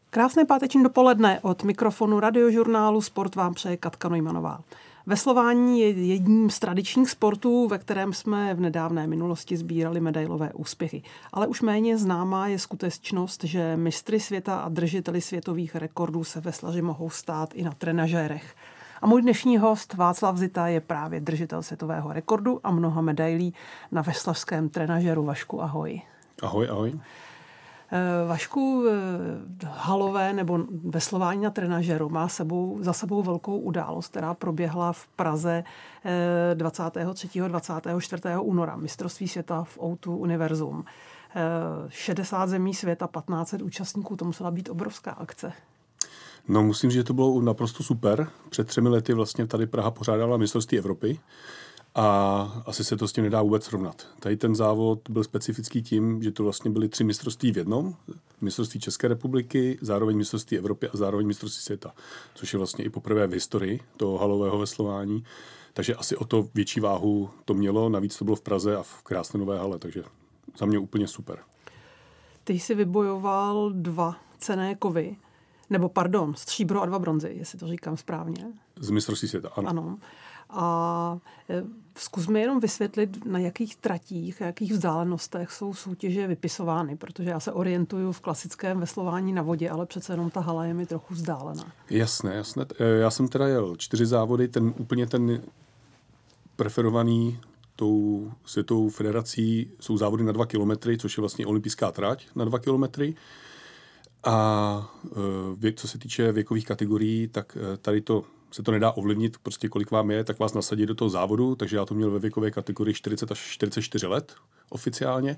Krásné páteční dopoledne od mikrofonu Radiožurnálu Sport vám přeje Katka Neumannová. Veslování je jedním z tradičních sportů, ve kterém jsme v nedávné minulosti sbírali medailové úspěchy. Ale už méně známá je skutečnost, že mistry světa a držiteli světových rekordů se veslaři mohou stát i na trenažérech. A můj dnešní host Václav Zita je právě držitel světového rekordu a mnoha medailí na veslařském trenažéru. Vašku, ahoj. Ahoj, ahoj. Vašku, halové nebo veslování na trenažéru má za sebou velkou událost, která proběhla v Praze 23. 24. února. Mistrovství světa v O2 Univerzum. 60 zemí světa, 1500 účastníků, to musela být obrovská akce. No, musím říct, že to bylo naprosto super. Před 3 lety vlastně tady Praha pořádala mistrovství Evropy a asi se to s tím nedá vůbec srovnat. Tady ten závod byl specifický tím, že to vlastně byly 3 mistrovství v jednom. Mistrovství České republiky, zároveň mistrovství Evropy a zároveň mistrovství světa. Což je vlastně i poprvé v historii toho halového veslování. Takže asi o to větší váhu to mělo. Navíc to bylo v Praze a v krásné nové hale, takže za mě úplně super. Ty jsi vybojoval 2 cenné kovy. Nebo pardon, stříbro a 2 bronzy, jestli to říkám správně. Z mistrovství světa, ano. Ano. A zkus mi jenom vysvětlit, na jakých tratích, jakých vzdálenostech jsou soutěže vypisovány, protože já se orientuju v klasickém veslování na vodě, ale přece jenom ta hala je mi trochu vzdálená. Jasné. Já jsem teda jel 4 závody, ten preferovaný tou světovou federací jsou závody na 2 kilometry, což je vlastně olympijská trať na 2 kilometry. A co se týče věkových kategorií, tak tady se to nedá ovlivnit, prostě kolik vám je, tak vás nasadí do toho závodu, takže já to měl ve věkové kategorii 40 až 44 let oficiálně.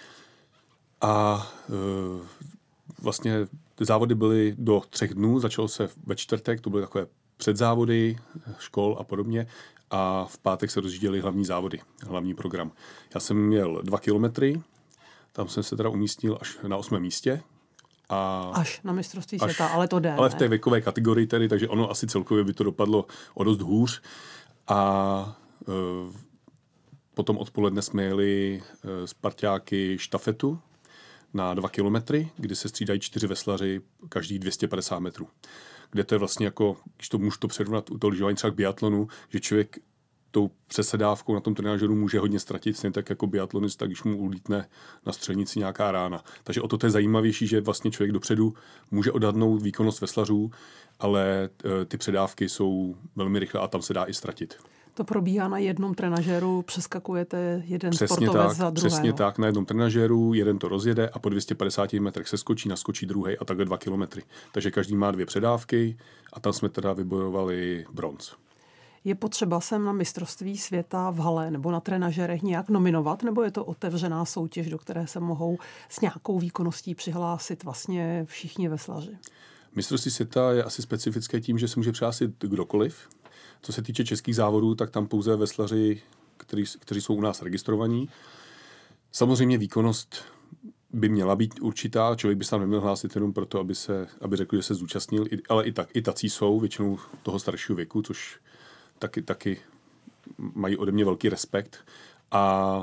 A vlastně ty závody byly do 3 dnů, začalo se ve čtvrtek, to byly takové předzávody, škol a podobně, a v pátek se rozjížděly hlavní závody, hlavní program. Já jsem měl 2 kilometry, tam jsem se teda umístil až na 8. místě, až na mistrovství světa, ale to jde. Ale v té věkové kategorii tedy, takže ono asi celkově by to dopadlo o dost hůř. A potom odpoledne jsme jeli Sparťáky štafetu na 2 kilometry, kdy se střídají 4 veslaři každých 250 metrů. Kde to je vlastně jako, když to můžu to přirovnat u toho lyžování třeba k biatlonu, že člověk tou přesedávkou na tom trenažeru může hodně ztratit, stejně tak jako biatlonista, když mu ulítne na střelnici nějaká rána. Takže o to je zajímavější, že vlastně člověk dopředu může odhadnout výkonnost veslařů, ale ty předávky jsou velmi rychlé a tam se dá i ztratit. To probíhá na jednom trenažéru, přeskakujete jeden sportovec za druhého. Přesně tak, na jednom trenažéru, jeden to rozjede a po 250 metrech se skočí, naskočí druhej a takhle 2 kilometry. Takže každý má 2 předávky a tam jsme teda vybojovali bronz. Je potřeba sem na mistrovství světa v hale nebo na trenažerech nějak nominovat, nebo je to otevřená soutěž, do které se mohou s nějakou výkonností přihlásit vlastně všichni veslaři? Mistrovství světa je asi specifické tím, že se může přihlásit kdokoliv. Co se týče českých závodů, tak tam pouze veslaři, kteří jsou u nás registrovaní. Samozřejmě výkonnost by měla být určitá, člověk by se tam neměl hlásit jenom proto, aby řekl, že se zúčastnil, ale i tací jsou většinou toho staršího věku, což taky mají ode mě velký respekt. A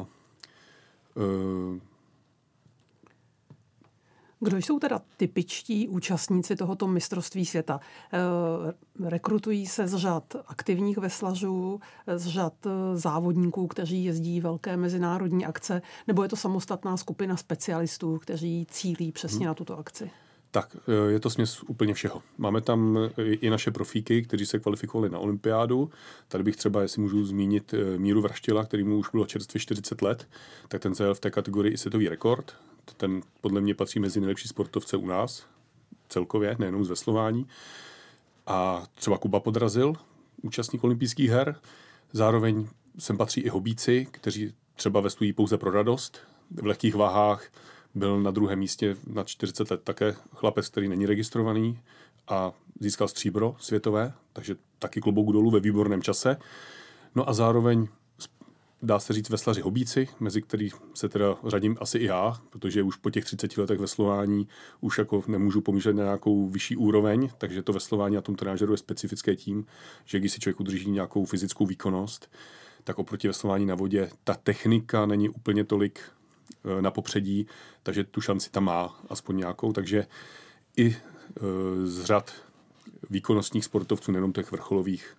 kdo jsou teda typičtí účastníci tohoto mistrovství světa? Rekrutují se z řad aktivních veslařů, z řad závodníků, kteří jezdí velké mezinárodní akce, nebo je to samostatná skupina specialistů, kteří cílí přesně na tuto akci? Tak, je to směs úplně všeho. Máme tam i naše profíky, kteří se kvalifikovali na olympiádu. Tady bych třeba, jestli můžu zmínit Míru Vraštila, kterýmu už bylo čerstvě 40 let, tak ten zajel v té kategorii i světový rekord. Ten podle mě patří mezi nejlepší sportovce u nás, celkově, nejenom z veslování. A třeba Kuba Podrazil, účastník olympijských her. Zároveň sem patří i hobíci, kteří třeba veslují pouze pro radost. V lehkých váhách byl na 2. místě na 40 let také chlapec, který není registrovaný a získal stříbro světové, takže taky klobouk dolů ve výborném čase. No a zároveň dá se říct veslaři hobíci, mezi kterých se teda řadím asi i já, protože už po těch 30 letech veslování už jako nemůžu pomýšlet na nějakou vyšší úroveň, takže to veslování na tom trenážeru je specifické tím, že když si člověk udrží nějakou fyzickou výkonnost, tak oproti veslování na vodě ta technika není úplně tolik na popředí, takže tu šanci tam má aspoň nějakou, takže i z řad výkonnostních sportovců, nejenom těch vrcholových,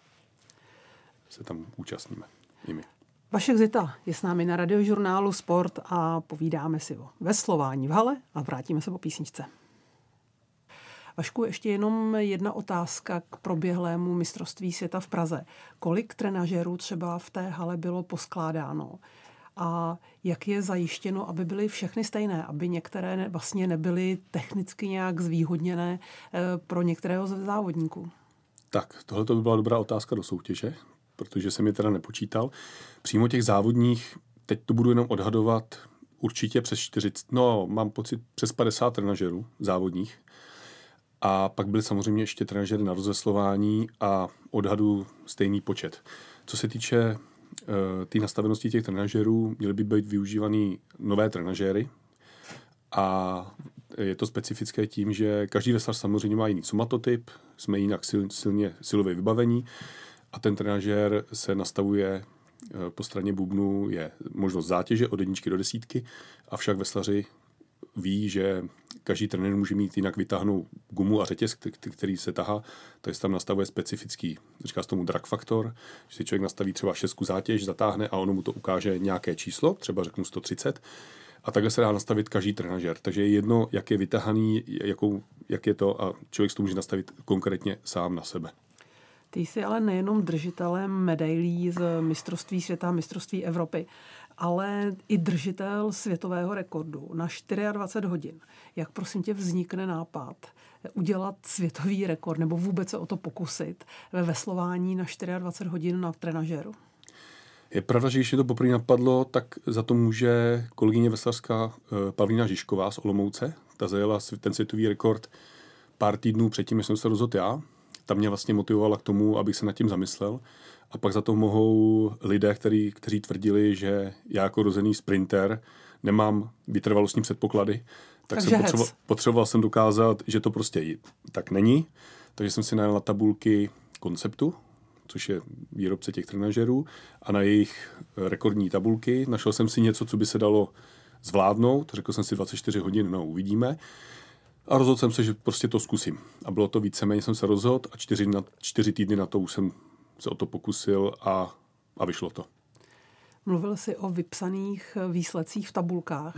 se tam účastníme i my. Vašek Zita je s námi na Radiožurnálu Sport a povídáme si o veslování v hale a vrátíme se po písničce. Vašku, ještě jenom jedna otázka k proběhlému mistrovství světa v Praze. Kolik trenažérů třeba v té hale bylo poskládáno? A jak je zajištěno, aby byly všechny stejné, aby některé vlastně nebyly technicky nějak zvýhodněné pro některého z závodníků? Tak, tohle by byla dobrá otázka do soutěže, protože jsem je teda nepočítal. Přímo těch závodních, teď to budu jenom odhadovat, určitě přes 40, mám pocit přes 50 trenažerů závodních. A pak byly samozřejmě ještě trenažery na rozeslování a odhadu stejný počet. Co se týče té nastavenosti těch trenažerů, měly by být využívaný nové trenažéry a je to specifické tím, že každý veslař samozřejmě má jiný somatotyp, jsme jinak silně silově vybavení a ten trenažér se nastavuje po straně bubnu, je možnost zátěže od 1 do 10, avšak veslaři ví, že každý trenér může mít jinak vytáhnout gumu a řetěz, který se tahá, takže se tam nastavuje specifický, říká se tomu drag faktor, že si člověk nastaví třeba 6 zátěž, zatáhne a ono mu to ukáže nějaké číslo, třeba řeknu 130, a takhle se dá nastavit každý trenažér. Takže je jedno, jak je vytahaný, jak je to a člověk si to může nastavit konkrétně sám na sebe. Ty jsi ale nejenom držitelem medailí z mistrovství světa, mistrovství Evropy, ale i držitel světového rekordu na 24 hodin. Jak prosím tě vznikne nápad udělat světový rekord nebo vůbec se o to pokusit ve veslování na 24 hodin na trenažéru? Je pravda, že když je to poprvé napadlo, tak za to může kolegyně veslařská Pavlína Žižková z Olomouce. Ta zajela ten světový rekord pár týdnů předtím, než jsem se rozhodl já. Ta mě vlastně motivovala k tomu, abych se nad tím zamyslel. A pak za to mohou lidé, kteří tvrdili, že já jako rozený sprinter nemám vytrvalostní předpoklady. Tak potřeboval jsem dokázat, že to prostě tak není. Takže jsem si najel na tabulky Konceptu, což je výrobce těch trenažerů, a na jejich rekordní tabulky našel jsem si něco, co by se dalo zvládnout. Řekl jsem si 24 hodin, uvidíme. A rozhodl jsem se, že prostě to zkusím. A bylo to víceméně, jsem se rozhodl a 4 týdny na to už jsem se o to pokusil a vyšlo to. Mluvil jsi o vypsaných výsledcích v tabulkách.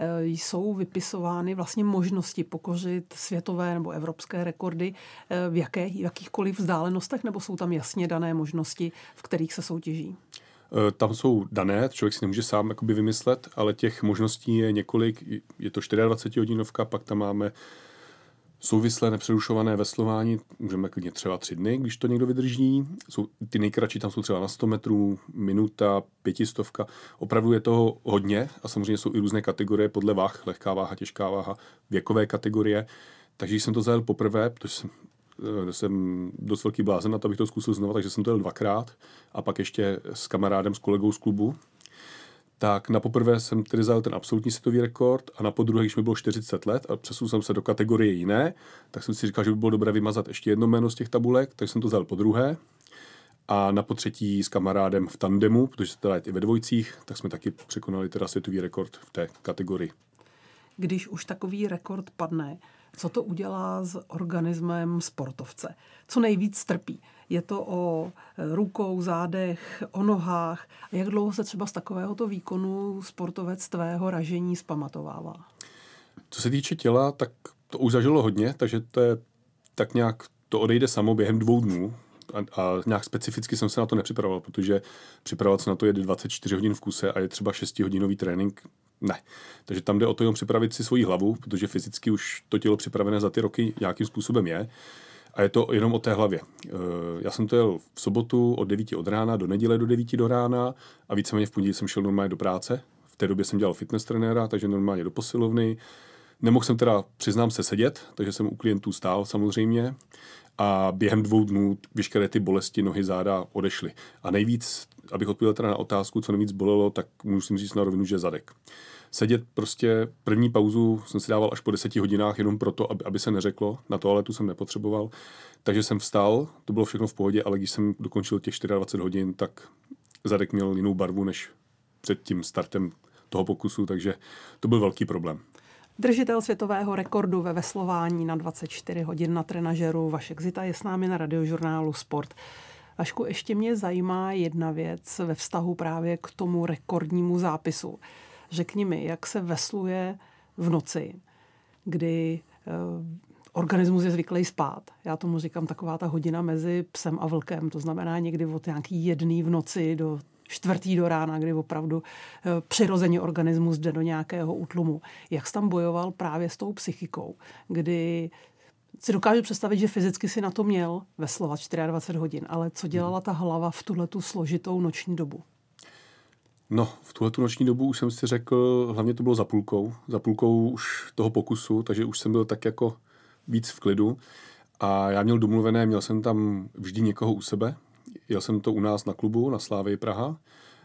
Jsou vypisovány vlastně možnosti pokořit světové nebo evropské rekordy v jakýchkoliv vzdálenostech, nebo jsou tam jasně dané možnosti, v kterých se soutěží? Tam jsou dané, člověk si nemůže sám vymyslet, ale těch možností je několik. Je to 24hodinovka, pak tam máme souvislé nepřerušované veslování, můžeme klidně třeba 3 dny, když to někdo vydrží. Ty nejkratší tam jsou třeba na 100 metrů, minuta, 500. Opravdu je toho hodně a samozřejmě jsou i různé kategorie podle váh, lehká váha, těžká váha, věkové kategorie. Takže když jsem to zajel poprvé, protože jsem dost velký blázen na to, abych to zkusil znovu, takže jsem to jel 2krát a pak ještě s kamarádem, s kolegou z klubu. Tak na poprvé jsem tedy zajel ten absolutní světový rekord a na podruhé, když mi bylo 40 let a přesunul jsem se do kategorie jiné, tak jsem si říkal, že by bylo dobré vymazat ještě jedno jméno z těch tabulek, takže jsem to zajel podruhé. A na potřetí s kamarádem v tandemu, protože se teda i ve dvojcích, tak jsme taky překonali teda světový rekord v té kategorii. Když už takový rekord padne, co to udělá s organismem sportovce? Co nejvíc trpí? Je to o rukou, zádech, o nohách? A jak dlouho se třeba z takovéhoto výkonu sportovec tvého ražení zpamatovává? Co se týče těla, tak to už zažilo hodně, takže to je tak nějak, to odejde samo během 2 dnů. A nějak specificky jsem se na to nepřipravoval, protože připravovat se na to je 24 hodin v kuse a je třeba 6hodinový trénink. Ne. Takže tam jde o to jenom připravit si svoji hlavu, protože fyzicky už to tělo připravené za ty roky nějakým způsobem je. A je to jenom o té hlavě. Já jsem to jel v sobotu od 9 od rána do neděle do 9 do rána a víceméně v pondělí jsem šel normálně do práce. V té době jsem dělal fitness trenéra, takže normálně do posilovny. Nemohl jsem teda, přiznám se, sedět, takže jsem u klientů stál samozřejmě. A během 2 dnů veškeré ty bolesti nohy, záda odešly. A nejvíc, abych odpověděl teda na otázku, co nejvíc bolelo, tak musím říct na rovinu, že zadek. Sedět prostě první pauzu jsem si dával až po 10 hodinách jenom proto, aby se neřeklo. Na toaletu jsem nepotřeboval. Takže jsem vstal, to bylo všechno v pohodě, ale když jsem dokončil těch 24 hodin, tak zadek měl jinou barvu než před tím startem toho pokusu, takže to byl velký problém. Držitel světového rekordu ve veslování na 24 hodin na trenažeru Vašek Zita je s námi na Radiožurnálu Sport. Vašku, ještě mě zajímá jedna věc ve vztahu právě k tomu rekordnímu zápisu. Řekni mi, jak se vesluje v noci, kdy organismus je zvyklý spát. Já tomu říkám taková ta hodina mezi psem a vlkem. To znamená někdy od nějaký 1 v noci do 4 do rána, kdy opravdu přirozeně organismus jde do nějakého útlumu. Jak jsi tam bojoval právě s tou psychikou, kdy si dokážu představit, že fyzicky si na to měl veslovat 24 hodin, ale co dělala ta hlava v tuhletu složitou noční dobu? No, v tuhletu noční dobu už jsem si řekl, hlavně to bylo za půlkou už toho pokusu, takže už jsem byl tak jako víc v klidu a já měl domluvené, měl jsem tam vždy někoho u sebe. Jel jsem to u nás na klubu, na Slávii Praha.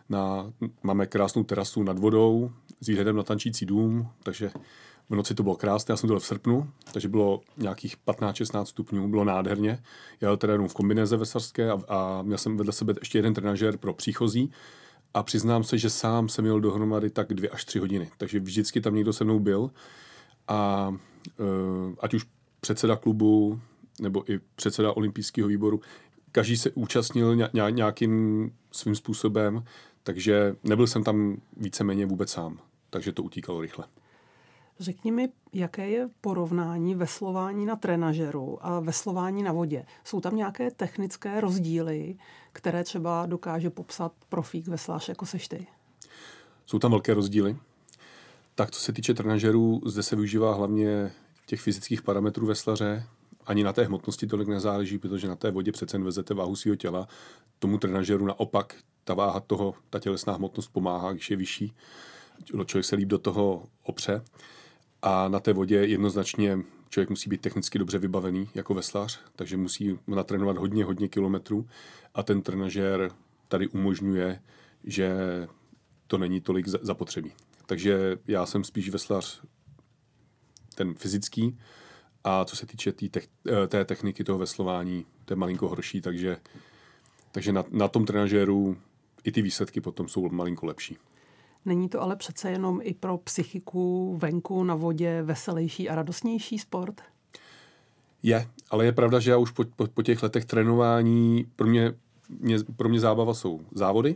Máme krásnou terasu nad vodou s výhledem na tančící dům, takže v noci to bylo krásné. Já jsem byl v srpnu, takže bylo nějakých 15-16 stupňů, bylo nádherně. Já jel teda jenom v kombinéze veslařské a měl jsem vedle sebe ještě jeden trenažér pro příchozí a přiznám se, že sám jsem jel dohromady tak 2 až 3 hodiny, takže vždycky tam někdo se mnou byl a ať už předseda klubu nebo i předseda olympijského výboru, každý se účastnil nějakým svým způsobem, takže nebyl jsem tam víceméně vůbec sám, takže to utíkalo rychle. Řekni mi, jaké je porovnání veslování na trenažeru a veslování na vodě? Jsou tam nějaké technické rozdíly, které třeba dokáže popsat profík veslář, jako seš ty? Jsou tam velké rozdíly. Tak, co se týče trenažerů, zde se využívá hlavně těch fyzických parametrů veslaře. Ani na té hmotnosti tolik nezáleží, protože na té vodě přece vezete váhu svého těla. Tomu trenažeru naopak ta váha ta tělesná hmotnost pomáhá, když je vyšší. Člověk se líp do toho opře. A na té vodě jednoznačně člověk musí být technicky dobře vybavený jako veslař, takže musí natrénovat hodně kilometrů a ten trenažér tady umožňuje, že to není tolik zapotřebí. Takže já jsem spíš veslař ten fyzický a co se týče té techniky toho veslování, to je malinko horší, takže na tom trenažéru i ty výsledky potom jsou malinko lepší. Není to ale přece jenom i pro psychiku venku na vodě veselější a radostnější sport? Ale je pravda, že já už po těch letech trénování pro mě zábava jsou závody.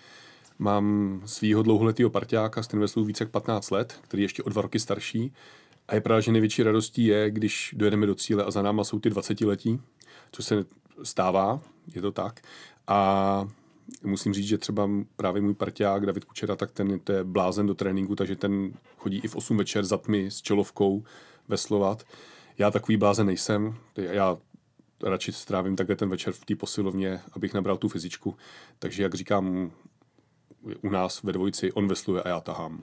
Mám svýho dlouholetýho parťáka, s kterým vesluju více jak 15 let, který je ještě o 2 roky starší. A je pravda, že největší radostí je, když dojedeme do cíle a za náma jsou ty 20letí, což se stává, je to tak. A musím říct, že třeba právě můj parťák David Kučera, tak ten je blázen do tréninku, takže ten chodí i v 8 večer za tmy s čelovkou veslovat. Já takový blázen nejsem, já radši strávím takhle ten večer v té posilovně, abych nabral tu fyzičku. Takže jak říkám, u nás ve dvojici on vesluje a já tahám.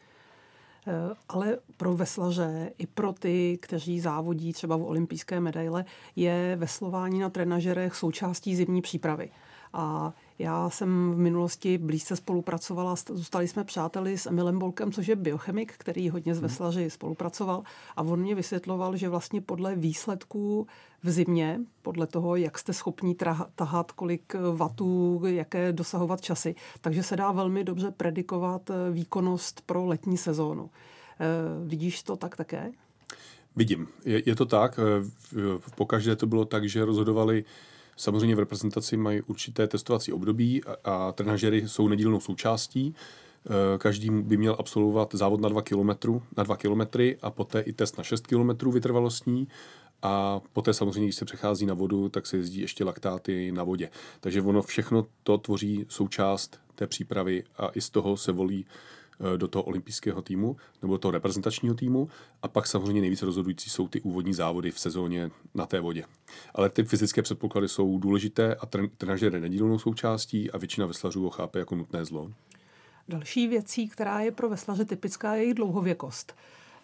Ale pro veslaře i pro ty, kteří závodí třeba o olympijské medaile, je veslování na trenažerech součástí zimní přípravy. A já jsem v minulosti blízce spolupracovala, zůstali jsme přáteli s Emilem Bolkem, což je biochemik, který hodně s veslaři spolupracoval a on mě vysvětloval, že vlastně podle výsledků v zimě, podle toho, jak jste schopní tahat, kolik vatů, jaké dosahovat časy, takže se dá velmi dobře predikovat výkonnost pro letní sezónu. Vidíš to tak také? Vidím. Je to tak. Pokaždé to bylo tak, že rozhodovali. Samozřejmě v reprezentaci mají určité testovací období a trenažery jsou nedílnou součástí. Každý by měl absolvovat závod na 2 kilometry a poté i test na 6 kilometrů vytrvalostní. A poté samozřejmě, když se přechází na vodu, tak se jezdí ještě laktáty na vodě. Takže ono všechno to tvoří součást té přípravy a i z toho se volí do toho olympijského týmu nebo toho reprezentačního týmu a pak samozřejmě nejvíc rozhodující jsou ty úvodní závody v sezóně na té vodě. Ale ty fyzické předpoklady jsou důležité a trenažér je nedílnou součástí a většina veslařů ho chápe jako nutné zlo. Další věcí, která je pro veslaře typická, je jejich dlouhověkost.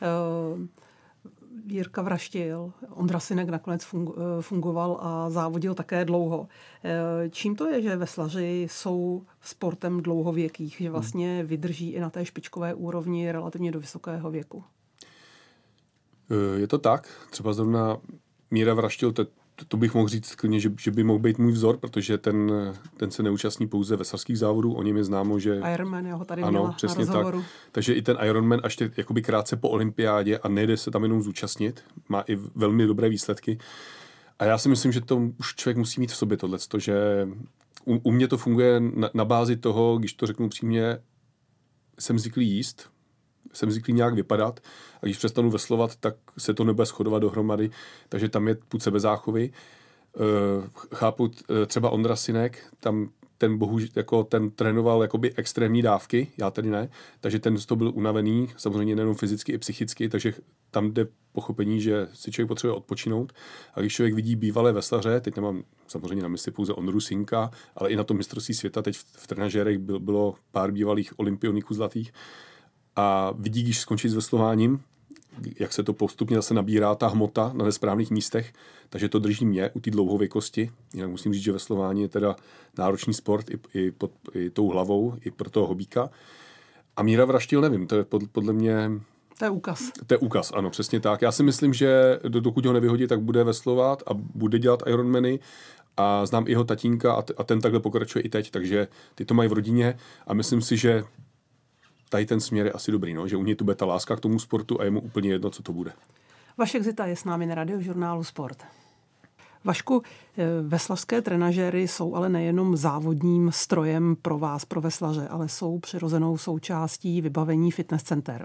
Jirka Vraštil, Ondra Synek nakonec fungoval a závodil také dlouho. Čím to je, že veslaři jsou sportem dlouhověkých, že vlastně vydrží i na té špičkové úrovni relativně do vysokého věku? Je to tak. Třeba zrovna Míra Vraštil, to bych mohl říct klidně, že by mohl být můj vzor, protože ten se neúčastní pouze veslařských závodů, o něm je známo, že... Ironman, jo, ho tady měla na rozhovoru. Tak. Takže i ten Ironman až jakoby krátce po olympiádě a nejde se tam jenom zúčastnit, má i velmi dobré výsledky. A já si myslím, že to už člověk musí mít v sobě tohleto, že u mě to funguje na bázi toho, když to řeknu přímě, jsem zvyklý jíst, jsem zvyklý nějak vypadat a když přestanu veslovat, tak se to nebude shodovat dohromady, takže tam je půd sebezáchovy. Chápu třeba Ondra Synek, tam ten trénoval jakoby extrémní dávky, já tedy ne, takže ten z toho byl unavený, samozřejmě nejenom fyzicky i psychicky, takže tam jde pochopení, že si člověk potřebuje odpočinout. A když člověk vidí bývalé veslaře, teď nemám samozřejmě na mysli pouze Ondru Synka, ale i na tom mistrovství světa, teď v trenažérech bylo pár bývalých olympioniků zlatých, a vidí, když skončí s veslováním, jak se to postupně zase nabírá ta hmota na nesprávných místech, takže to drží mě u té dlouhověkosti. Jinak musím říct, že veslování je teda náročný sport i tou hlavou, i pro toho hobíka. A Míra Vraštil, nevím, to je podle mě... To je úkaz. To je úkaz, ano, přesně tak. Já si myslím, že dokud ho nevyhodí, tak bude veslovat a bude dělat Ironmany. A znám i jeho tatínka a ten takhle pokračuje i teď, takže ty to mají v rodině a myslím si, že tady ten směr je asi dobrý, no? Že u něj tu bude ta láska k tomu sportu a je mu úplně jedno, co to bude. Vašek Zita je s námi na Radiožurnálu Sport. Vašku, veslařské trenažéry jsou ale nejenom závodním strojem pro vás, pro veslaře, ale jsou přirozenou součástí vybavení fitness center.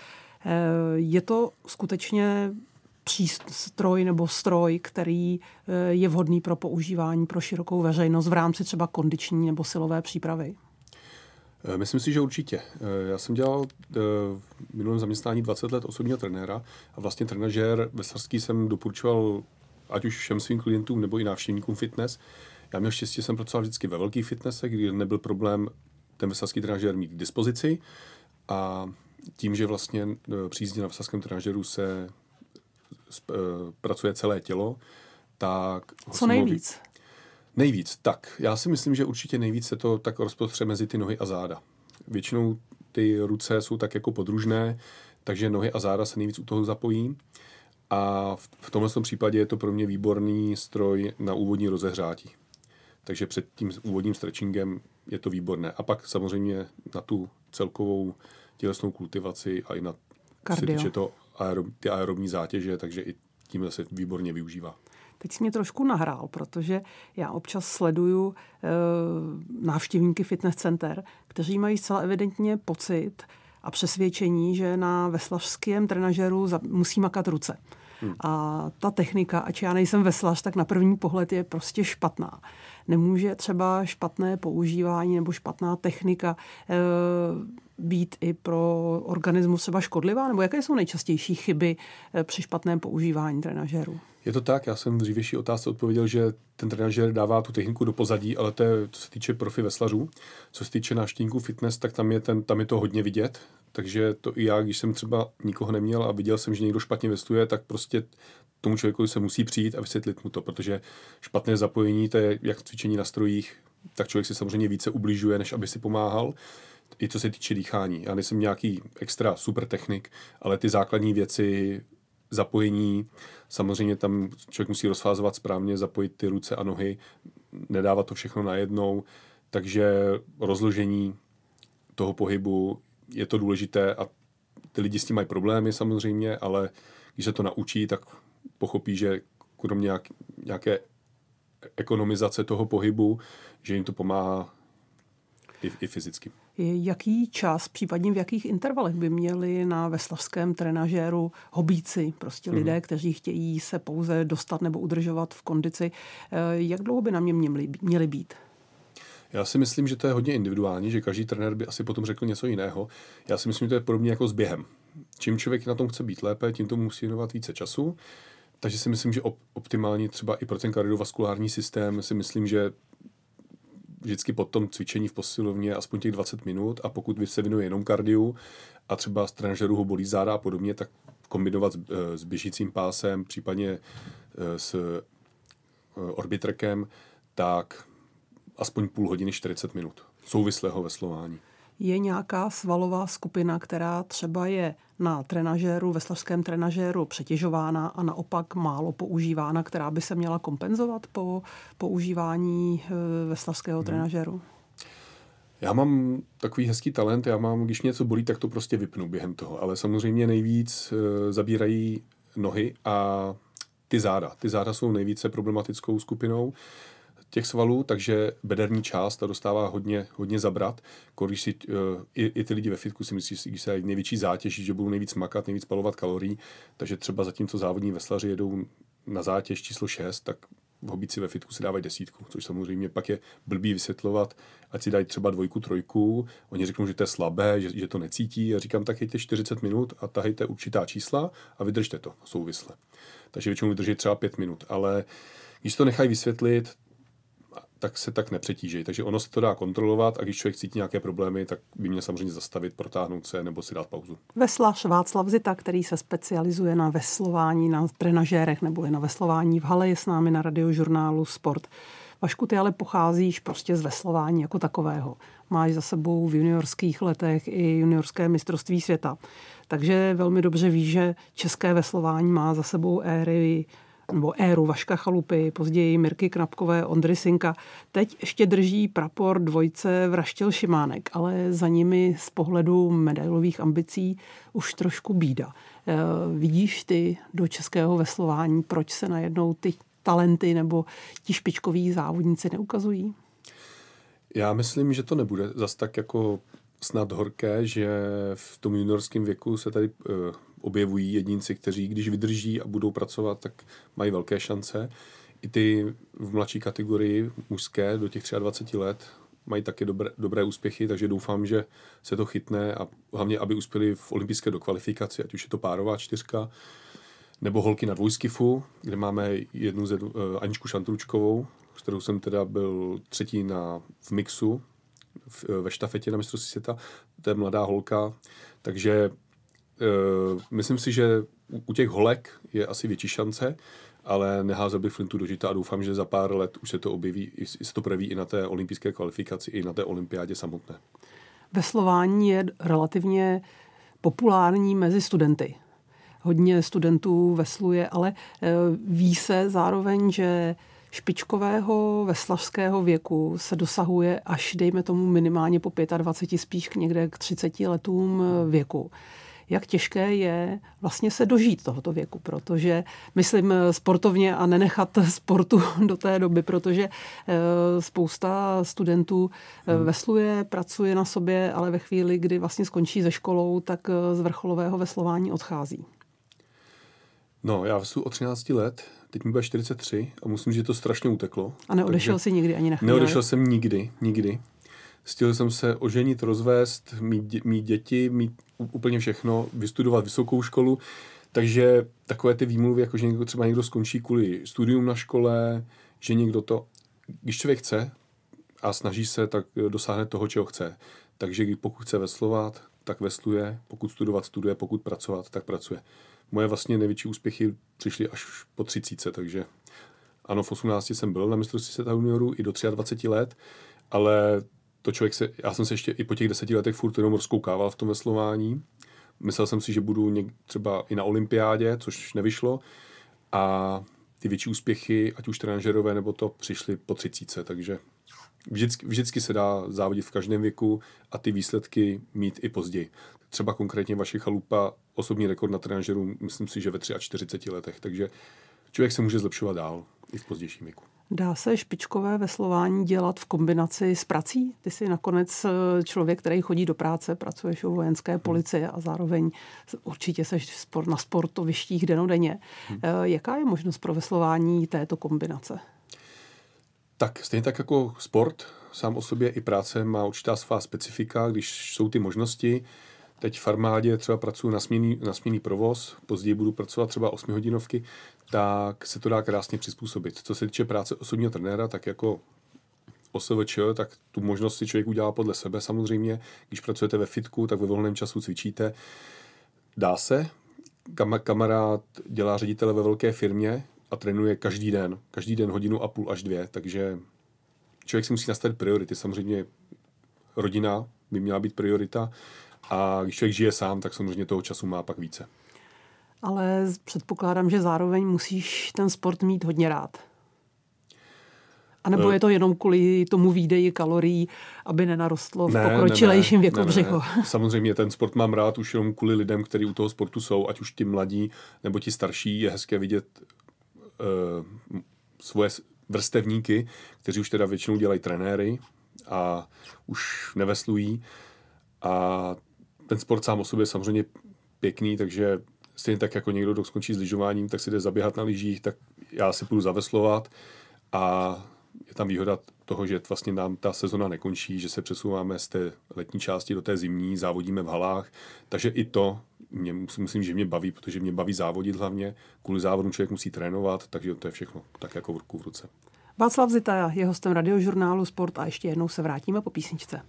Je to skutečně přístroj nebo stroj, který je vhodný pro používání pro širokou veřejnost v rámci třeba kondiční nebo silové přípravy? Myslím si, že určitě. Já jsem dělal v minulém zaměstnání 20 let osobního trenéra a vlastně trenažér veslařský jsem doporučoval ať už všem svým klientům nebo i návštěvníkům fitness. Já měl štěstí, jsem pracoval vždycky ve velkých fitnessech, kdy nebyl problém ten veslařský trenažér mít k dispozici a tím, že vlastně při jízdě na veslařském trenažéru se pracuje celé tělo, tak... Co nejvíc? Nejvíc, tak. Já si myslím, že určitě nejvíc se to tak rozprostře mezi ty nohy a záda. Většinou ty ruce jsou tak jako podružné, takže nohy a záda se nejvíc u toho zapojí. A v tomhle případě je to pro mě výborný stroj na úvodní rozehřátí. Takže před tím úvodním stretchingem je to výborné. A pak samozřejmě na tu celkovou tělesnou kultivaci a i na se týče to ty aerobní zátěže, takže i tím se výborně využívá. Teď jsi mě trošku nahrál, protože já občas sleduju návštěvníky fitness center, kteří mají zcela evidentně pocit a přesvědčení, že na veslařském trenažeru musí makat ruce. A ta technika, ač já nejsem veslař, tak na první pohled je prostě špatná. Nemůže třeba špatné používání nebo špatná technika být i pro organismus třeba škodlivá? Nebo jaké jsou nejčastější chyby při špatném používání trenažéru? Je to tak, já jsem v dřívější otázce odpověděl, že ten trenažér dává tu techniku do pozadí, ale to je, co se týče profi veslařů. Co se týče návštěvníků fitness, tak tam je to hodně vidět. Takže to i já, když jsem třeba nikoho neměl a viděl jsem, že někdo špatně vesluje, tak prostě tomu člověku se musí přijít a vysvětlit mu to, protože špatné zapojení, to je jak cvičení na strojích, tak člověk si samozřejmě více ubližuje, než aby si pomáhal. I co se týče dýchání. Já nejsem nějaký extra super technik, ale ty základní věci, zapojení, samozřejmě tam člověk musí rozfázovat správně, zapojit ty ruce a nohy, nedávat to všechno najednou, takže rozložení toho pohybu je to důležité a ty lidi s tím mají problémy samozřejmě, ale když se to naučí, tak pochopí, že kromě nějaké ekonomizace toho pohybu, že jim to pomáhá i fyzicky. Jaký čas, případně v jakých intervalech by měli na veslařském trenažéru hobíci, prostě lidé, kteří chtějí se pouze dostat nebo udržovat v kondici, jak dlouho by na mě měli být? Já si myslím, že to je hodně individuální, že každý trenér by asi potom řekl něco jiného. Já si myslím, že to je podobně jako s během. Čím člověk na tom chce být lépe, tím tomu musí věnovat více času. Takže si myslím, že optimální třeba i pro ten kardiovaskulární systém si myslím, že vždycky po tom cvičení v posilovně aspoň těch 20 minut a pokud se věnuje jenom kardiu a třeba z trenažeru ho bolí záda a podobně, tak kombinovat s běžícím pásem, případně s orbitrekem, tak aspoň půl hodiny 40 minut souvislého veslování. Je nějaká svalová skupina, která třeba je na trenažéru, veslařském trenažéru přetěžována a naopak málo používána, která by se měla kompenzovat po používání veslařského trenažéru? Já mám takový hezký talent, když mě něco bolí, tak to prostě vypnu během toho, ale samozřejmě nejvíc zabírají nohy a ty záda. Ty záda jsou nejvíce problematickou skupinou těch svalů, takže bederní část ta dostává hodně zabrat. Když si i ty lidi ve fitku si myslí, že se největší zátěž, že budou nejvíc makat, nejvíc palovat kalorií, takže třeba zatímco závodní veslaři jedou na zátěž číslo 6, tak v hobíci ve fitku si dávají 10, což samozřejmě pak je blbý vysvětlovat, ať si dají třeba 2, 3, oni řeknou, že to je slabé, že to necítí a říkám, tak jejte 40 minut a tahejte určitá čísla a vydržte to souvisle. Takže většinou vydrží třeba 5 minut, ale když to nechají vysvětlit, tak se tak nepřetíží. Takže ono se to dá kontrolovat a když člověk cítí nějaké problémy, tak by měl samozřejmě zastavit, protáhnout se nebo si dát pauzu. Veslař Václav Zita, který se specializuje na veslování na trenažérech nebo na veslování v hale, je s námi na Radiožurnálu Sport. Vašku, ty ale pocházíš prostě z veslování jako takového. Máš za sebou v juniorských letech i juniorské mistrovství světa. Takže velmi dobře víš, že české veslování má za sebou éru Vaška Chalupy, později Mirky Knapkové, Ondry Sinka. Teď ještě drží prapor dvojce Vraštil Šimánek, ale za nimi z pohledu medailových ambicí už trošku bída. Vidíš ty do českého veslování, proč se najednou ty talenty nebo ti špičkoví závodníci neukazují? Já myslím, že to nebude zas tak jako snad horké, že v tom juniorském věku se tady objevují jedinci, kteří, když vydrží a budou pracovat, tak mají velké šance. I ty v mladší kategorii mužské do těch 23 let mají taky dobré úspěchy, takže doufám, že se to chytne a hlavně, aby uspěli v olympijské dokvalifikaci, ať už je to párová 4, nebo holky na dvojskifu, kde máme Aničku Šantručkovou, s kterou jsem teda byl 3. v mixu, ve štafetě na mistrovství světa. To je mladá holka, takže myslím si, že u těch holek je asi větší šance, ale neházel bych flintu do žita a doufám, že za pár let už se to objeví, se to projeví i na té olympijské kvalifikaci, i na té olympiádě samotné. Veslování je relativně populární mezi studenty. Hodně studentů vesluje, ale ví se zároveň, že špičkového veslařského věku se dosahuje až, dejme tomu, minimálně po 25, spíš někde k 30 letům věku. Jak těžké je vlastně se dožít tohoto věku, protože myslím sportovně a nenechat sportu do té doby, protože spousta studentů vesluje, pracuje na sobě, ale ve chvíli, kdy vlastně skončí se školou, tak z vrcholového veslování odchází. No, já veslu od 13 let, teď mi bude 43 a musím říct, že to strašně uteklo. A neodešel jsi nikdy ani na chvíli? Neodešel jsem nikdy. Stihl jsem se oženit, rozvést, mít děti, mít úplně všechno, vystudovat vysokou školu, takže takové ty výmluvy, jako že třeba někdo skončí kvůli studium na škole, že někdo to, když člověk chce a snaží se, tak dosáhne toho, čeho chce. Takže pokud chce veslovat, tak vesluje, pokud studuje, pokud pracovat, tak pracuje. Moje vlastně největší úspěchy přišly až po 30, takže ano, v 18 jsem byl na mistrovství světa juniorů i do 23 let, ale já jsem se ještě i po těch 10 letech furt jenom rozkoukával v tom veslování. Myslel jsem si, že budu třeba i na olympiádě, což nevyšlo. A ty větší úspěchy, ať už trenažerové, nebo to, přišly po 30. Takže vždycky se dá závodit v každém věku a ty výsledky mít i později. Třeba konkrétně Vašek Chalupa, osobní rekord na trenažeru, myslím si, že ve 43 letech. Takže člověk se může zlepšovat dál i v pozdějším věku. Dá se špičkové veslování dělat v kombinaci s prací? Ty jsi nakonec člověk, který chodí do práce, pracuješ u vojenské policie a zároveň určitě seš na sportovištích dennodenně. Jaká je možnost pro veslování této kombinace? Tak stejně tak jako sport, sám o sobě i práce má určitá svá specifika, když jsou ty možnosti. Teď v armádě třeba pracuji na směnný provoz, později budu pracovat třeba 8hodinovky, tak se to dá krásně přizpůsobit. Co se týče práce osobního trenéra, tak jako OSVČ, tak tu možnost si člověk udělá podle sebe samozřejmě. Když pracujete ve fitku, tak ve volném času cvičíte. Dá se. Kamarád dělá ředitele ve velké firmě a trénuje každý den 1,5 hodiny až 2, takže člověk si musí nastavit priority. Samozřejmě rodina by měla být priorita. A když člověk žije sám, tak samozřejmě toho času má pak více. Ale předpokládám, že zároveň musíš ten sport mít hodně rád. A nebo je to jenom kvůli tomu výdeji kalorií, aby nenarostlo v pokročilejším věku břicho? Samozřejmě ten sport mám rád už jenom kvůli lidem, kteří u toho sportu jsou, ať už ti mladí nebo ti starší. Je hezké vidět svoje vrstevníky, kteří už teda většinou dělají trenéry a už neveslují. A ten sport sám o sobě je samozřejmě pěkný, takže stejně tak jako někdo, kdo skončí s lyžováním, tak si jde zaběhat na lyžích, tak já si půjdu zaveslovat a je tam výhoda toho, že vlastně nám ta sezona nekončí, že se přesouváme z té letní části do té zimní, závodíme v halách, takže i to myslím, že mě baví, protože mě baví závodit hlavně, kvůli závodům člověk musí trénovat, takže to je všechno tak jako v ruku v ruce. Václav Zita je hostem radiožurnálu Sport a ještě jednou se vrátíme po písničce.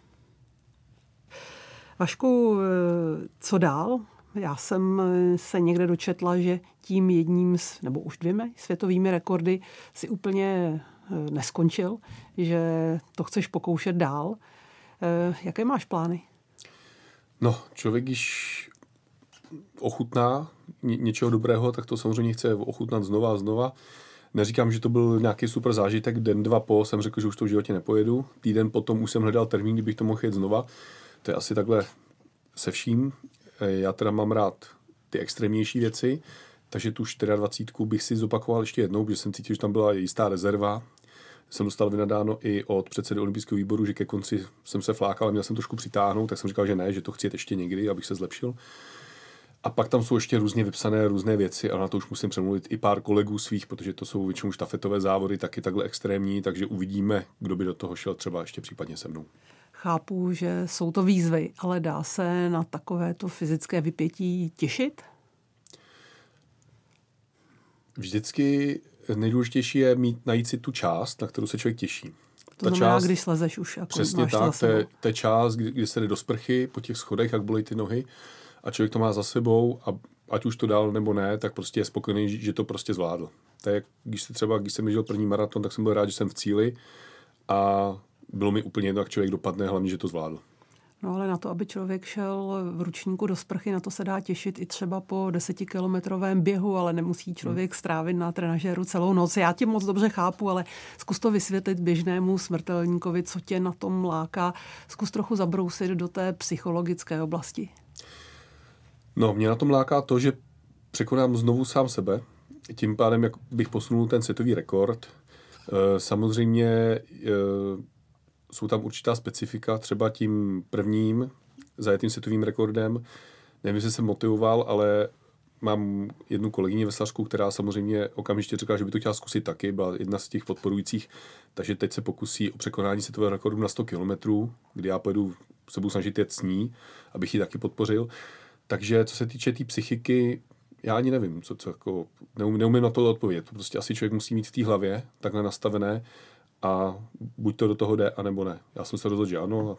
Vašku, co dál? Já jsem se někde dočetla, že tím jedním nebo už 2 světovými rekordy si úplně neskončil, že to chceš pokoušet dál. Jaké máš plány? No, člověk, když ochutná něčeho dobrého, tak to samozřejmě chce ochutnat znova a znova. Neříkám, že to byl nějaký super zážitek, den, 2 po jsem řekl, že už to v životě nepojedu. Týden potom už jsem hledal termín, kdybych to mohl jet znova. To je asi takhle se vším. Já teda mám rád ty extrémnější věci, takže tu 24 bych si zopakoval ještě jednou, protože jsem cítil, že tam byla jistá rezerva. Jsem dostal vynadáno i od předsedy olympijského výboru, že ke konci jsem se flákal a měl jsem trošku přitáhnout, tak jsem říkal, že ne, že to chci jet ještě někdy, abych se zlepšil. A pak tam jsou ještě různě vypsané různé věci a na to už musím přemluvit i pár kolegů svých, protože to jsou většinou štafetové závody, taky takhle extrémní, takže uvidíme, kdo by do toho šel třeba ještě případně se mnou. Chápu, že jsou to výzvy, ale dá se na takovéto fyzické vypětí těšit? Vždycky nejdůležitější je najít si tu část, na kterou se člověk těší. To znamená, když slezeš už. Přesně tak, to je část, kdy se jde do sprchy po těch schodech, jak bolí ty nohy a člověk to má za sebou a ať už to dál nebo ne, tak prostě je spokojený, že to prostě zvládl. To je, když jsem běžel první maraton, tak jsem byl rád, že jsem v cíli a bylo mi úplně jedno, jak člověk dopadne, hlavně, že to zvládl. No ale na to, aby člověk šel v ručníku do sprchy, na to se dá těšit i třeba po 10kilometrovém běhu, ale nemusí člověk strávit na trenažéru celou noc. Já tě moc dobře chápu, ale zkus to vysvětlit běžnému smrtelníkovi, co tě na tom láká. Zkus trochu zabrousit do té psychologické oblasti. No, mě na tom láká to, že překonám znovu sám sebe. Tím pádem, jak bych posunul ten světový rekord. Samozřejmě jsou tam určitá specifika, třeba tím prvním zajetým světovým rekordem. Nevím, jestli jsem motivoval, ale mám jednu kolegyni veslařku, která samozřejmě okamžitě řekla, že by to chtěla zkusit taky, byla jedna z těch podporujících, takže teď se pokusí o překonání světového rekordu na 100 kilometrů, kdy já se budu snažit jet s ní, abych ji taky podpořil. Takže co se týče té psychiky, já ani nevím, co jako, neumím na to odpovědět. To prostě asi člověk musí mít v té hlavě takhle nastavené a buď to do toho jde, anebo ne. Já jsem se rozhodl, že ano.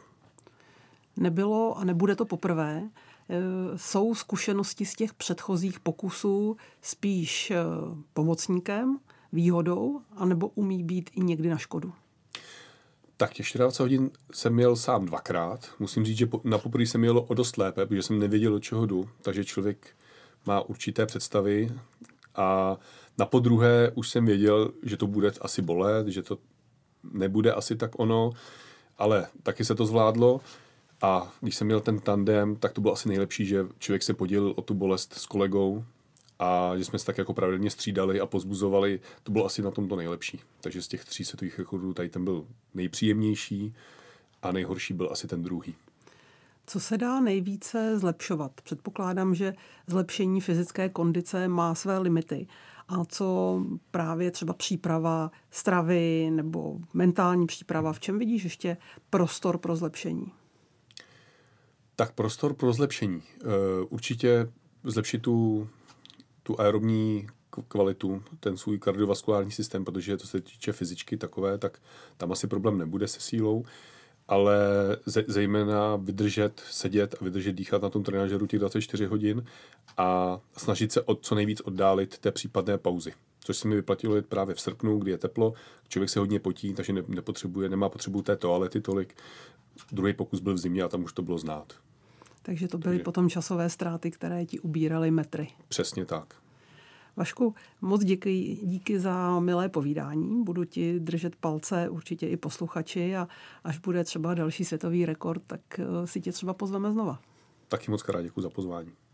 Nebylo a nebude to poprvé. Jsou zkušenosti z těch předchozích pokusů spíš pomocníkem, výhodou, anebo umí být i někdy na škodu? Tak těch 24 hodin jsem jel sám 2krát. Musím říct, že na poprvé jsem jel o dost lépe, protože jsem nevěděl, do čeho jdu. Takže člověk má určité představy a na podruhé už jsem věděl, že to bude asi bolet, že to nebude asi tak ono, ale taky se to zvládlo. A když jsem měl ten tandem, tak to bylo asi nejlepší, že člověk se podělil o tu bolest s kolegou a že jsme se tak jako pravidelně střídali a pozbuzovali. To bylo asi na tom to nejlepší. Takže z těch 3 světových rekordů tady ten byl nejpříjemnější a nejhorší byl asi ten druhý. Co se dá nejvíce zlepšovat? Předpokládám, že zlepšení fyzické kondice má své limity. A co právě třeba příprava stravy nebo mentální příprava? V čem vidíš ještě prostor pro zlepšení? Tak prostor pro zlepšení. Určitě zlepšit tu aerobní kvalitu, ten svůj kardiovaskulární systém, protože co se týče fyzičky takové, tak tam asi problém nebude se sílou, ale zejména vydržet, sedět a vydržet dýchat na tom trenažeru těch 24 hodin a snažit se co nejvíc oddálit té případné pauzy. Což se mi vyplatilo jet právě v srpnu, kdy je teplo, člověk se hodně potí, takže nemá potřebu té toalety tolik. Druhý pokus byl v zimě a tam už to bylo znát. Takže to byly potom časové ztráty, které ti ubíraly metry. Přesně tak. Vašku, moc díky za milé povídání. Budu ti držet palce, určitě i posluchači, a až bude třeba další světový rekord, tak si tě třeba pozveme znova. Taky moc krát děkuji za pozvání.